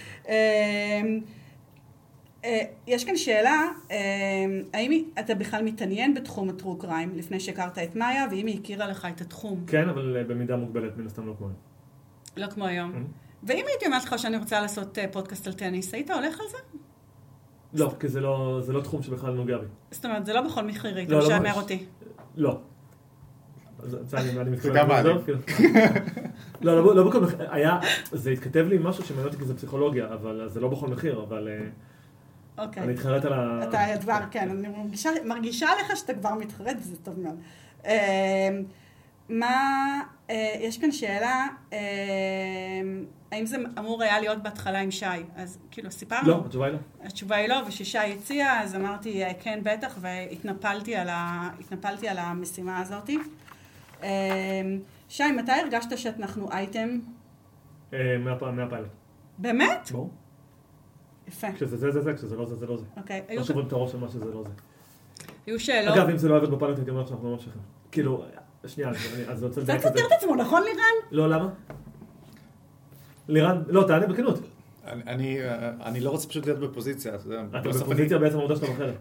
יש כאן שאלה, האם אתה בכלל מתעניין בתחום הטרו קריים לפני שהכרת את מאיה, ואם היא הכירה לך את התחום? כן, אבל במידה מוגבלת, מן הסתם לא כמו היום. לא כמו היום. ואם הייתי אומרת לך שאני רוצה לעשות פודקאסט על טניס, היית הולך על זה? לא, כי זה לא תחום שבכלל נוגע בי. זאת אומרת, זה לא בכל מחיר, אתה משמר אותי. לא. אני מתכוון. זה גם מעניין. לא בכל מחיר, זה התכתב לי משהו שמעניין אותי כי זה פסיכולוגיה, אבל זה לא בכל מחיר, אבל אני מתחרט על ה... אתה כבר, כן, אני מרגישה לך שאתה כבר מתחרט, זה טוב מאוד. יש כאן שאלה, האם זה אמור היה להיות בהתחלה עם שי? אז כאילו סיפרנו. לא, התשובה היא לא. התשובה היא לא, וששי הציע, אז אמרתי כן בטח, והתנפלתי על המשימה הזאת. שי, מתי הרגשת שאנחנו אייטם? מהפיילוט. באמת? ברור. יפה. כשזה זה, כשזה לא זה, זה לא זה. אוקיי. לא שוברים את הראש של מה שזה לא זה. היו שאלות. אגב, אם זה לא עובד בפיילוט, אני אומר שאנחנו לא ממשיכים. כאילו, שנייה, אז אני רוצה אתה תסתיר את עצמו, נכון לירן? לא, למה? לירן, לא, תענה בכנות. אני לא רוצה פשוט להיות בפוזיציה. אתה בפוזיציה בעצם העובדה שאתה בחלק.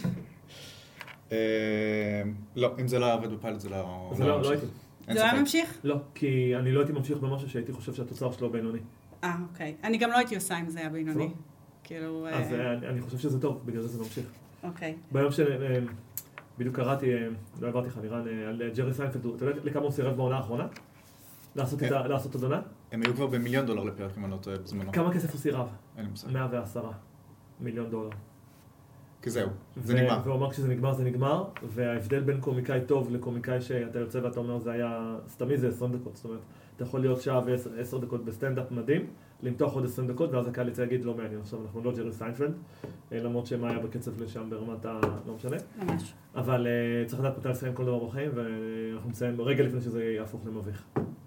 לא, אם זה לא עובד בפיילוט זה לא... זה לא הייתי. זה לא היה ממשיך? לא, כי אני לא הייתי ממשיך במשהו שהייתי חושב שהתוצר שלו בינוני. אוקיי. אני גם לא הייתי עושה אם זה היה בינוני. אז אני חושב שזה טוב, בגלל זה זה ממשיך. אוקיי. ביום שבדיוק קראתי, לא עברתי לך לירן, על ג'רי סיינפלד, אתה יודע לכמה הוא סירב בעונה האחרונה? לעשות עונה? הם היו כבר ב$1,000,000 לפרק, אם אני לא טועה בזמנו. כמה כסף הוא סירב? אין לי מושג. $110,000,000. כי זהו, זה נגמר. והוא אמר כשזה נגמר, זה נגמר, וההבדל בין קומיקאי טוב לקומיקאי שאתה יוצא ואתה אומר זה היה סתמי, זה 20 דקות. זאת אומרת, אתה יכול להיות שעה ו10 דקות בסטנדאפ מדהים, למתוח עוד 20 דקות, ואז הקהל יצא להגיד לא מעניין. עכשיו אנחנו לא ג'רי סיינפלד, למרות שמה היה בקצב לשם ברמת לא משנה. ממש. אבל צריך לדעת מתי לסיים כל דבר בחיים, ואנחנו נסיים רגע לפני שזה יהפוך למביך.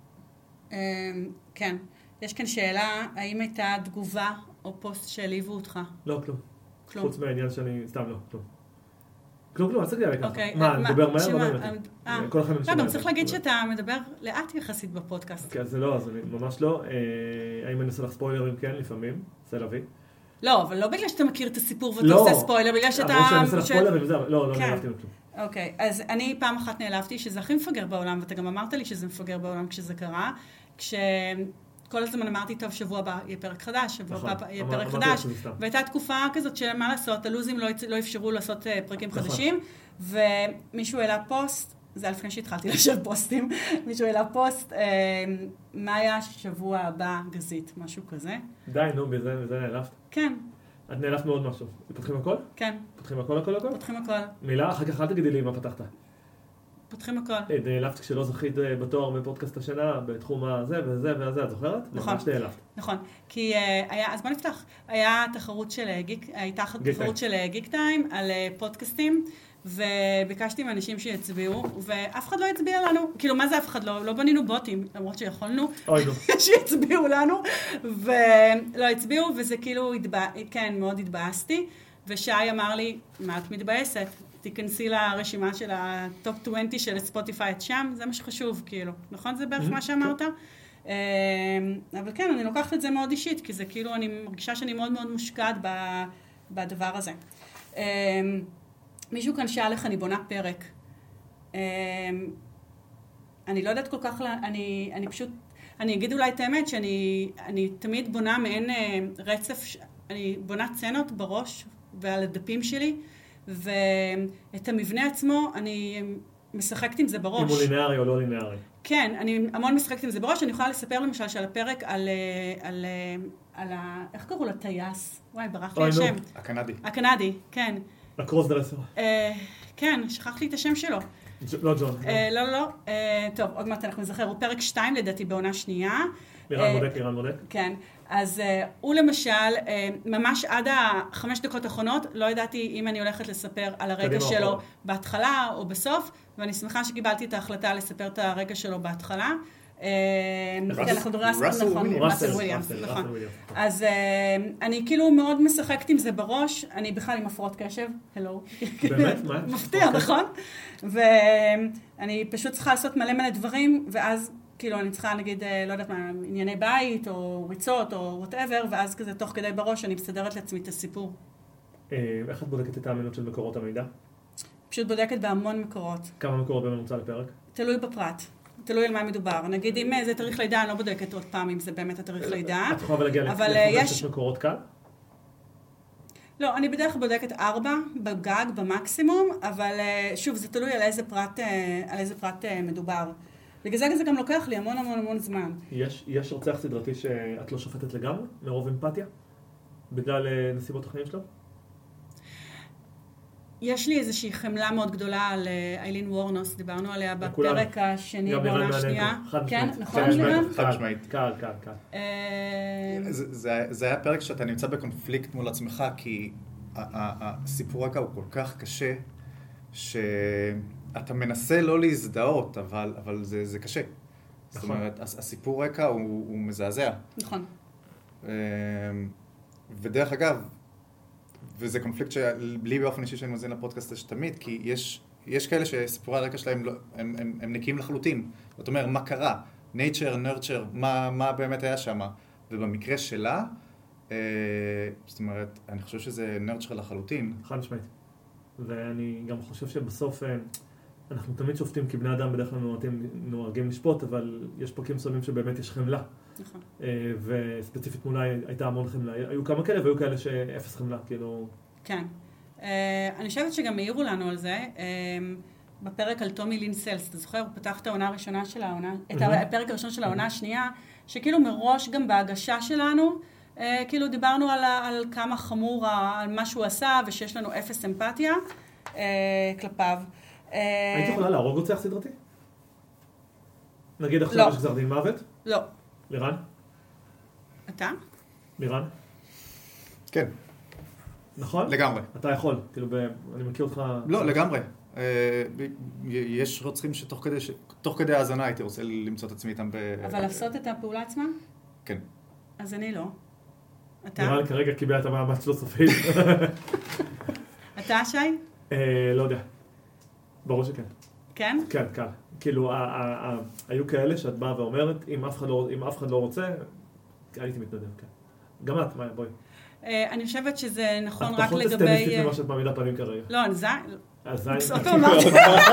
כן. יש כאן שאלה, האם הייתה תגובה או פוסט שהעליבו אותך? לא, כלום. כלום. חוץ מהעניין שאני... סתם לא, כלום. כלום, אל תגיע לי ככה. אוקיי. מה, אני מדבר מהר? לא באמת. כל החיים אני לא, גם צריך להגיד שאתה מדבר לאט יחסית בפודקאסט. כן, זה לא, אז אני ממש לא. האם אני עושה לך ספוילרים? כן, לפעמים. זה להביא. לא, אבל לא בגלל שאתה מכיר את הסיפור ואתה עושה ספוילר, בגלל שאתה... אמרו שאני עושה לך ספוילרים וזה, לא נעלבתי מכלום. אוקיי, אז אני פעם אחת נעלבתי שזה הכי מפגר בעולם, ואתה גם אמרת לי שזה מפגר בעולם כשזה קרה, כל הזמן אמרתי, טוב, שבוע הבא יהיה פרק חדש, שבוע הבא יהיה פרק חדש, והייתה תקופה כזאת שמה לעשות, הלוזים לא אפשרו לעשות פרקים חדשים, ומישהו העלה פוסט, זה היה לפני שהתחלתי לשאול פוסטים, מישהו העלה פוסט, מה היה שבוע הבא גזית, משהו כזה. די, נו, בזה נעלבת? כן. את נעלבת מאוד משהו. פותחים הכל? כן. פותחים הכל? פותחים הכל. מילה, אחר כך אל תגידי לי מה פתחת. פותחים הכל. נעלבת כשלא זכית בתואר בפודקאסט השנה, בתחום הזה וזה וזה, את זוכרת? נכון. ממש נעלבת. נכון. כי היה, אז בוא נפתח, הייתה תחרות של גיק טיים על פודקאסטים, וביקשתי מאנשים שיצביעו, ואף אחד לא הצביע לנו. כאילו, מה זה אף אחד? לא בנינו בוטים, למרות שיכולנו. אוי, נו. שיצביעו לנו, ולא הצביעו, וזה כאילו, כן, מאוד התבאסתי, ושי אמר לי, מה את מתבאסת? תיכנסי לרשימה של הטופ 20 של ספוטיפיי, את שם, זה מה שחשוב, כאילו. נכון? זה בערך מה שאמרת? אבל כן, אני לוקחת את זה מאוד אישית, כי זה כאילו, אני מרגישה שאני מאוד מאוד מושקעת בדבר הזה. מישהו כאן שאל איך אני בונה פרק. אני לא יודעת כל כך, אני פשוט, אני אגיד אולי את האמת, שאני תמיד בונה מעין רצף, אני בונה צנות בראש ועל הדפים שלי, ואת המבנה עצמו אני משחקת עם זה בראש. אם הוא לינארי או לא לינארי. כן, אני המון משחקת עם זה בראש. אני יכולה לספר למשל שעל הפרק על איך קראו לטייס? וואי, ברח לי השם. הקנדי, כן. הקרוס דרסר. כן, שכחתי את השם שלו. לא ג'ון. לא. טוב, עוד מעט אנחנו נזכר. הוא פרק 2 לדעתי בעונה שנייה. לירן מודק. כן. אז הוא למשל, ממש עד 5 דקות האחרונות, לא ידעתי אם אני הולכת לספר על הרגע שלו בהתחלה או בסוף, ואני שמחה שקיבלתי את ההחלטה לספר את הרגע שלו בהתחלה. ראסל וויליאמס, נכון. אז אני כאילו מאוד משחקת עם זה בראש, אני בכלל עם הפרעות קשב, הלו. באמת? מפתיע, נכון? ואני פשוט צריכה לעשות מלא דברים, ואז כאילו אני צריכה נגיד, לא יודעת מה, ענייני בית, או ריצות, או whatever, ואז כזה תוך כדי בראש אני מסתדרת לעצמי את הסיפור. איך את בודקת את האמינות של מקורות המידע? פשוט בודקת בהמון מקורות. כמה מקורות בממוצע לפרק? תלוי בפרט. תלוי על מה מדובר. נגיד, אם זה תאריך לידה, אני לא בודקת עוד פעם אם זה באמת התאריך לידה. את יכולה להגיע לחמש מקורות קל? לא, אני בדרך כלל בודקת 4 בגג, במקסימום, אבל שוב, זה תלוי על איזה פרט מדובר. בגלל זה גם לוקח לי המון המון המון זמן. יש רוצח סדרתי שאת לא שופטת לגמרי, מרוב אמפתיה? בגלל נסיבות החיים שלו? יש לי איזושהי חמלה מאוד גדולה על איילין וורנוס, דיברנו עליה בפרק השני, בעונה השנייה. כן, נכון לירן? חד משמעית. קל. זה היה פרק שאתה נמצא בקונפליקט מול עצמך, כי הסיפור רקע הוא כל כך קשה, שאתה מנסה לא להזדהות, אבל זה קשה. זאת אומרת, הסיפור רקע הוא מזעזע. נכון. ודרך אגב, וזה קונפליקט שבלי באופן אישי שאני מזין לפודקאסט הזה תמיד, כי יש כאלה שסיפורי הרקע שלהם הם נקיים לחלוטין. זאת אומרת, מה קרה? nature, nurture, מה באמת היה שם? ובמקרה שלה, זאת אומרת, אני חושב שזה nurture לחלוטין. חד משמעית. ואני גם חושב שבסוף אנחנו תמיד שופטים כי בני אדם בדרך כלל נוהגים לשפוט, אבל יש פרקים מסוימים שבאמת יש חמלה. נכון. וספציפית מולה הייתה המון חמלה. היו כמה כאלה והיו כאלה שאפס חמלה, כאילו... כן. אני חושבת שגם העירו לנו על זה. בפרק על טומי לין סלס, אתה זוכר? הוא פתח את העונה הראשונה של העונה, את הפרק הראשון של העונה השנייה, שכאילו מראש גם בהגשה שלנו, כאילו דיברנו על כמה חמור על מה שהוא עשה, ושיש לנו אפס אמפתיה כלפיו. היית יכולה להרוג רוצח סדרתי? נגיד עכשיו יש גזר דין מוות? לא. לירן? אתה? לירן? כן. נכון? לגמרי. אתה יכול, כאילו, אני מכיר אותך... לא, לגמרי. יש רוצחים שתוך כדי ההאזנה הייתי רוצה למצוא את עצמי איתם אבל לעשות את הפעולה עצמה? כן. אז אני לא. אתה? לירן כרגע קיבל את המאמץ שלו סופית. אתה, שי? לא יודע. ברור שכן. כן? כן, כן. כאילו, היו כאלה שאת באה ואומרת, אם אף אחד לא רוצה, הייתי מתנדב, כן. גם את, מאיה, בואי. אני חושבת שזה נכון רק לגבי... את פחות אסטניסטית ממה שאת מעמידה פנים כרגע. לא, אני זין. הזין. אותו אמרתי.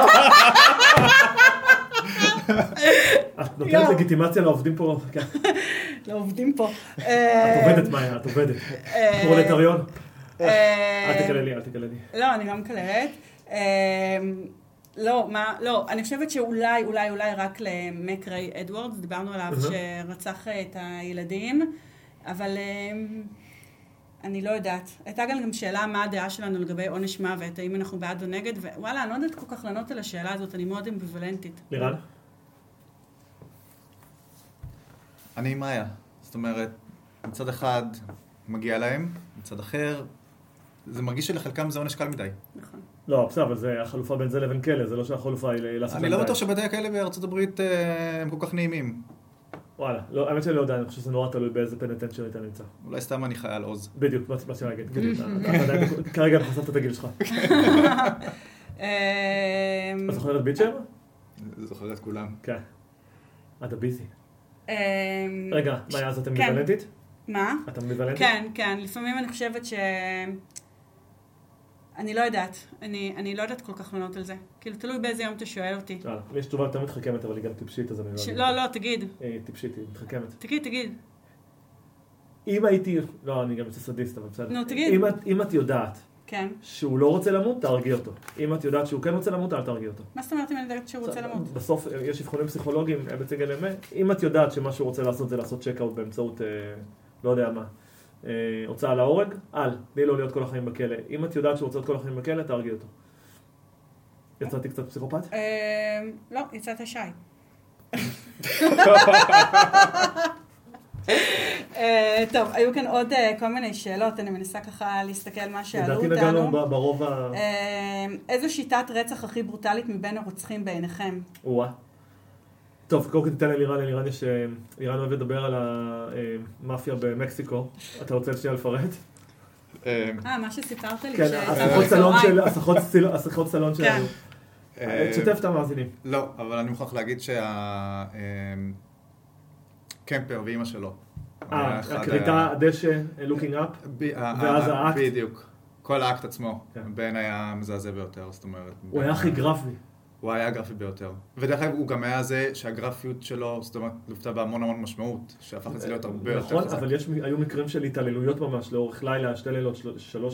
את נותנת לגיטימציה לעובדים פה, כן. לעובדים פה. את עובדת, מאיה, את עובדת. פרולטריון. אל תקלל לי. לא, אני גם מקללת. לא, אני חושבת שאולי רק למקריי אדוארדס, דיברנו עליו שרצח את הילדים, אבל אני לא יודעת. הייתה גם שאלה מה הדעה שלנו לגבי עונש מוות, האם אנחנו בעד או נגד, ווואלה, אני לא יודעת כל כך לענות על השאלה הזאת, אני מאוד אמביוולנטית. לירן? אני עם מאיה. זאת אומרת, מצד אחד מגיע להם, מצד אחר, זה מרגיש שלחלקם זה עונש קל מדי. נכון. לא, בסדר, אבל זה החלופה בין זה לבין כלא, זה לא שהחלופה היא לעשות... אני לא בטוח שבתי הכלא בארצות הברית הם כל כך נעימים. וואלה, לא, האמת שאני לא יודע, אני חושב שזה נורא תלוי באיזה פנטנצ'ר אתה נמצא. אולי סתם אני חייל עוז. בדיוק, מה שאני אגיד, כרגע אתה חשפת את הגיל שלך. את זוכרת ביצ'ר? זוכר את כולם. כן. אתה ביזי. רגע, מאיה, אז את אמביוולנטית? מה? את אמביוולנטית? כן, לפעמים אני חושבת אני לא יודעת. אני לא יודעת כל כך לענות על זה. כאילו, תלוי באיזה יום אתה שואל אותי. יש תשובה יותר מתחכמת, אבל היא גם טיפשית, אז אני לא יודע. לא, תגיד. היא טיפשית, היא מתחכמת. תגיד. אם הייתי... לא, אני גם סדיסט, אבל בסדר. נו, תגיד. אם את יודעת שהוא לא רוצה למות, תהרגי אותו. אם את יודעת שהוא כן רוצה למות, אל תהרגי אותו. מה זאת אומרת אם אני יודעת שהוא רוצה למות? בסוף יש אבחונים פסיכולוגיים בצגל אמה. אם את יודעת שמה שהוא רוצה לעשות זה לעשות צ'ק-אוט באמצעות, לא יודע מה, הוצאה להורג, תני לו להיות כל החיים בכלא. אם את יודעת שהוא רוצה להיות כל החיים בכלא, תהרגי אותו. יצאתי קצת פסיכופת? לא, יצאת שי. טוב, היו כאן עוד כל מיני שאלות, אני מנסה ככה להסתכל מה שאלו אותנו. לדעתי נגענו ברוב ה... איזו שיטת רצח הכי ברוטלית מבין הרוצחים בעיניכם? טוב, קודם כל תיתן לירן, לירן אוהב לדבר על המאפיה במקסיקו. אתה רוצה שנייה לפרט? מה שסיפרת לי. כן, השיחות סלון שלנו. תשתף את המאזינים. לא, אבל אני מוכרח להגיד קמפר ואימא שלו. הקריטה, הדשא, לוקינג אפ, ואז האקט. בדיוק. כל האקט עצמו, בין היה מזעזע ביותר, זאת אומרת. הוא היה הכי גרפי. הוא היה גרפי ביותר. ודרך כלל הוא גם היה זה שהגרפיות שלו, זאת אומרת, לופתה בהמון המון משמעות, שהפך את זה להיות הרבה יותר חזק. נכון, אבל היו מקרים של התעללויות ממש, לאורך לילה, 2 לילות,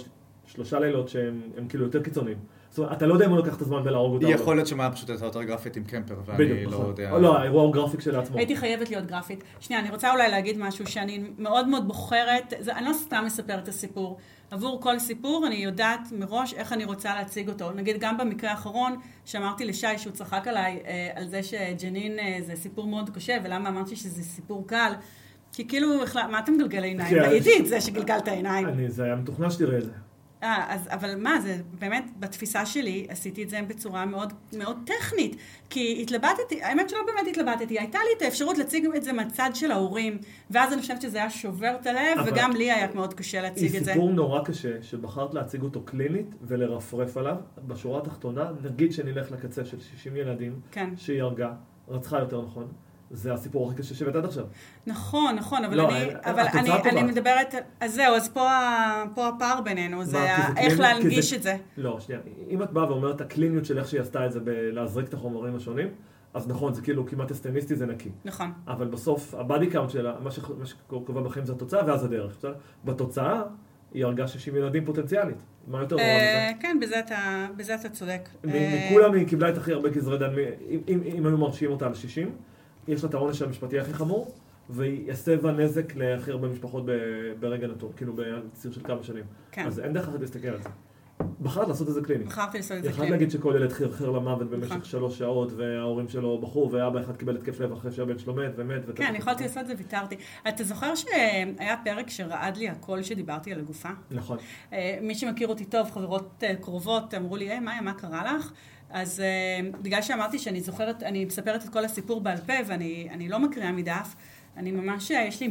3 לילות שהם כאילו יותר קיצוניים. זאת אומרת, אתה לא יודע אם הוא לוקח את הזמן ולהרוג אותה. יכול להיות שמה פשוט הייתה יותר גרפית עם קמפר, ואני לא יודע... לא, האירוע הוא גרפיק של עצמו. הייתי חייבת להיות גרפית. שנייה, אני רוצה אולי להגיד משהו שאני מאוד מאוד בוחרת, אני לא סתם מספרת את הסיפור. עבור כל סיפור אני יודעת מראש איך אני רוצה להציג אותו. נגיד גם במקרה האחרון, שאמרתי לשי שהוא צחק עליי על זה שג'נין זה סיפור מאוד קשה, ולמה אמרתי שזה סיפור קל. כי כאילו, מה אתה מגלגל עיניים? ראיתי את זה שגלגלת עיניים. זה היה מתוכנן שתראה את זה. אבל מה, זה באמת, בתפיסה שלי, עשיתי את זה בצורה מאוד, מאוד טכנית, כי התלבטתי, האמת שלא באמת התלבטתי, הייתה לי את האפשרות להציג את זה מהצד של ההורים, ואז אני חושבת שזה היה שובר את הלב, וגם לי היה מאוד קשה להציג את זה. סיפור נורא קשה, שבחרת להציג אותו קלינית ולרפרף עליו, בשורה התחתונה, נגיד שנלך לקצה של 60 ילדים, שהיא הרגה, רצחה יותר נכון, זה הסיפור הכי קשה שבאת עד עכשיו. נכון, אבל אני מדברת, אז זהו, אז פה הפער בינינו, זה איך להנגיש את זה. לא, שנייה, אם את באה ואומרת הקליניות של איך שהיא עשתה את זה בלהזריק את החומרים השונים, אז נכון, זה כאילו כמעט אסטניסטי, זה נקי. נכון. אבל בסוף, הבאדי קאונט שלה, מה שקובע בחיים זה התוצאה, ואז הדרך. בתוצאה, היא הרגה 60 ילדים פוטנציאלית. מה יותר נורא מזה? כן, בזה אתה צודק. מכולם היא קיבלה את הכי הרבה גזרי דן, אם היו מרשיעים אותה על 60, יש לה את העונש המשפטי הכי חמור, והיא הסבה נזק להכי הרבה משפחות ברגע נתון, כאילו בציר של כמה שנים. כן. אז אין דרך אחת להסתכל על זה. בחרת לעשות את זה קליני. בחרתי לעשות את זה קליני. יכולת להגיד שכל ילד חרחר למוות במשך 3 שעות, וההורים שלו בחרו, ואבא אחד קיבל התקף לב אחרי שהבן שלו מת ומת. כן, יכולתי לעשות את זה, ויתרתי. אתה זוכר שהיה פרק שרעד לי הקול שדיברתי על הגופה? נכון. מי שמכיר אותי טוב, חברות קרובות, אמרו לי, מאיה, מה קרה לך? אז בגלל שאמרתי שאני זוכרת, אני מספרת את כל הסיפור בעל פה, ואני לא מקריאה מדף, אני ממש, יש לי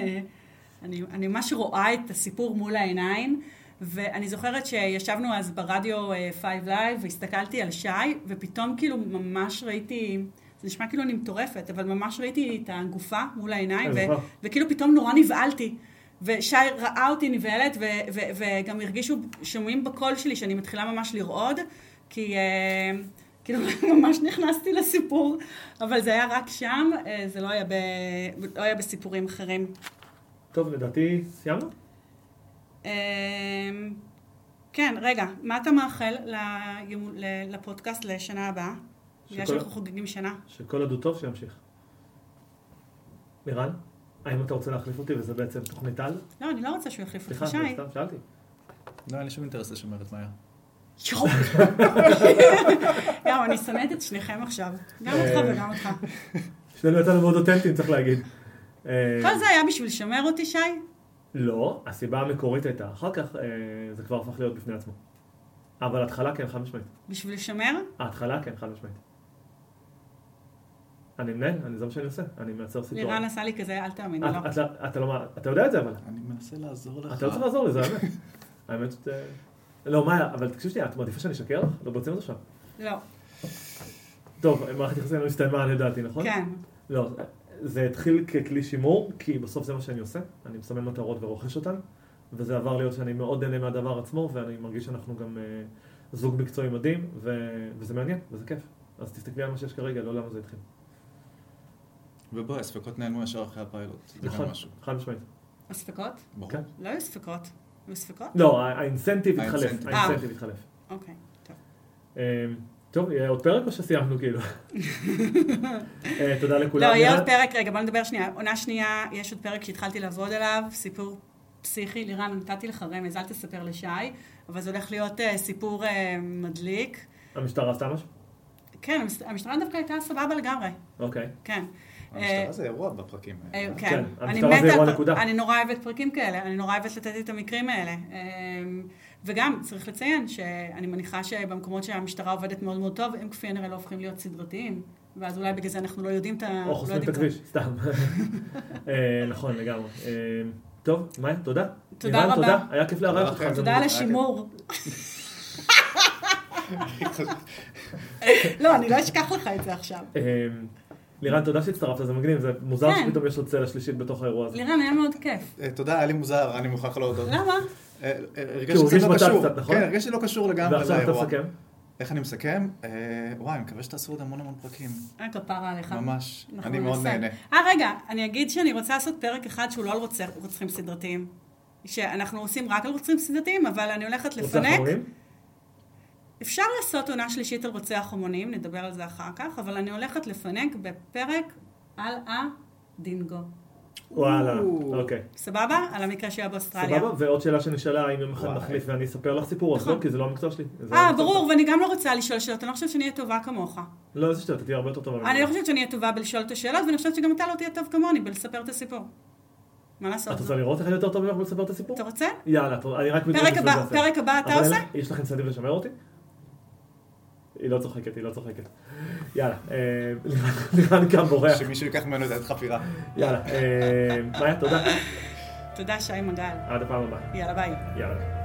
אני ממש רואה את הסיפור מול העיניים, ואני זוכרת שישבנו אז ברדיו 5 Live, והסתכלתי על שי, ופתאום כאילו ממש ראיתי, זה נשמע כאילו אני מטורפת, אבל ממש ראיתי את הגופה מול העיניים, וכאילו פתאום נורא נבעלתי. ושי ראה אותי נבעלת, וגם הרגישו, שומעים בקול שלי שאני מתחילה ממש לרעוד, כי כאילו ממש נכנסתי לסיפור, אבל זה היה רק שם, זה לא היה בסיפורים אחרים. טוב, לדעתי סיימנו? כן, רגע, מה אתה מאחל לפודקאסט לשנה הבאה? בגלל שאנחנו חוגגים שנה. שכל עדות טוב שימשיך. לירן, האם אתה רוצה להחליף אותי וזה בעצם תוכנית על? לא, אני לא רוצה שהוא יחליף אותך, שי. סליחה, סתם שאלתי. לא, אין לי שום אינטרס לשמר את מאיה. יאו, אני שונאת את שניכם עכשיו. גם אותך וגם אותך. שנינו יצאנו מאוד אותנטיים, צריך להגיד. כל זה היה בשביל לשמר אותי, שי? לא, הסיבה המקורית הייתה. אחר כך זה כבר הפך להיות בפני עצמו. אבל ההתחלה כן, חד משמעית. בשביל לשמר? ההתחלה כן, חד משמעית. אני מנהל, זה מה שאני עושה. אני מייצר סיפור. לירן עשה לי כזה, אל תאמין, לא. אתה יודע את זה, אבל. אני מנסה לעזור לך. אתה רוצה לעזור לי, זה האמת. האמת שאתה... לא, מאיה, אבל תקשיב שנייה, את מעדיפה שאני אשקר לך? לא ברצינות עכשיו. לא. טוב, מערכת יחסים הסתיימה לדעתי, נכון? כן. לא, זה התחיל ככלי שימור, כי בסוף זה מה שאני עושה. אני מסמן מטרות ורוכש אותן, וזה עבר להיות שאני מאוד נהנה מהדבר עצמו, ואני מרגיש שאנחנו גם זוג מקצועי מדהים, וזה מעניין, וזה כיף. אז תסתכלי על מה שיש כרגע, לא למה זה התחיל. ובואי, הספקות נעלמו ישר אחרי הפיילוט. נכון, חד משמעית. הספקות? ברור. לא היו ספקות. היו ספקות? לא, האינסנטיב התחלף. האינסנטיב התחלף. אוקיי, טוב. טוב, יהיה עוד פרק או שסיימנו כאילו? תודה לכולם. לא, יהיה עוד פרק, רגע, בוא נדבר שנייה. עונה שנייה, יש עוד פרק שהתחלתי לעבוד עליו, סיפור פסיכי. לירן, נתתי לך רמז, אל תספר לשי, אבל זה הולך להיות סיפור מדליק. המשטרה עשתה משהו? כן, המשטרה דווקא הייתה סבבה לגמרי. אוקיי. כן. המשטרה זה אירוע בפרקים האלה. כן, המשטרה זה אירוע נקודה. אני נורא אוהבת פרקים כאלה, אני נורא אוהבת לתת את המקרים האלה. וגם צריך לציין שאני מניחה שבמקומות שהמשטרה עובדת מאוד מאוד טוב, הם כפי הנראה לא הופכים להיות סדרתיים, ואז אולי בגלל זה אנחנו לא יודעים את ה... או חוסמים את הכביש, סתם. נכון, לגמרי. טוב, מאיה, תודה. תודה רבה. תודה, היה כיף לארח אותך. תודה על השימור. לא, אני לא אשכח לך את זה עכשיו. לירן, תודה שהצטרפת, זה מגניב, זה מוזר שפתאום יש עוד צלע שלישית בתוך האירוע הזה. לירן, היה מאוד כיף. תודה, היה לי מוזר, אני מוכרח להודות. למה? הרגשתי לא קשור. כן, הרגשתי לא קשור לגמרי לאירוע. ועכשיו אתה מסכם? איך אני מסכם? וואי, אני מקווה שתעשו עוד המון פרקים. כפרה עליך. ממש, אני מאוד נהנה. רגע, אני אגיד שאני רוצה לעשות פרק אחד שהוא לא על רוצחים סדרתיים. שאנחנו עושים רק על רוצחים סדרתיים, אבל אני הולכת לפנק. אפשר לעשות עונה שלישית על רוצח המונים, נדבר על זה אחר כך, אבל אני הולכת לפנק בפרק על הדינגו. וואלה, אוקיי. סבבה? על המקרה שהיה באוסטרליה. סבבה, ועוד שאלה שנשאלה, האם יום אחד נחליף ואני אספר לך סיפור, אז לא, כי זה לא המקצוע שלי. ברור, ואני גם לא רוצה לשאול שאלות, אני לא חושבת שאני אהיה טובה כמוך. לא, איזה שאלות, תהיה הרבה יותר טובה. אני לא חושבת שאני אהיה טובה בלשאול את השאלות, ואני חושבת שגם אתה לא תהיה טוב כמוני בלספר את הסיפור. מה לעשות? את רוצה לראות איך אני יותר טוב ממך בלספר את הסיפור? אתה רוצה? יאללה, אני רק פרק הבא אתה עושה? יש לך אינסנטיב לשמר אותי? היא לא צוחקת. יאללה, נראה לי כאן בורח. שמישהו ייקח ממנו את חפירה. יאללה, מאיה, תודה. תודה שי מגל. עד הפעם הבאה. יאללה ביי. יאללה.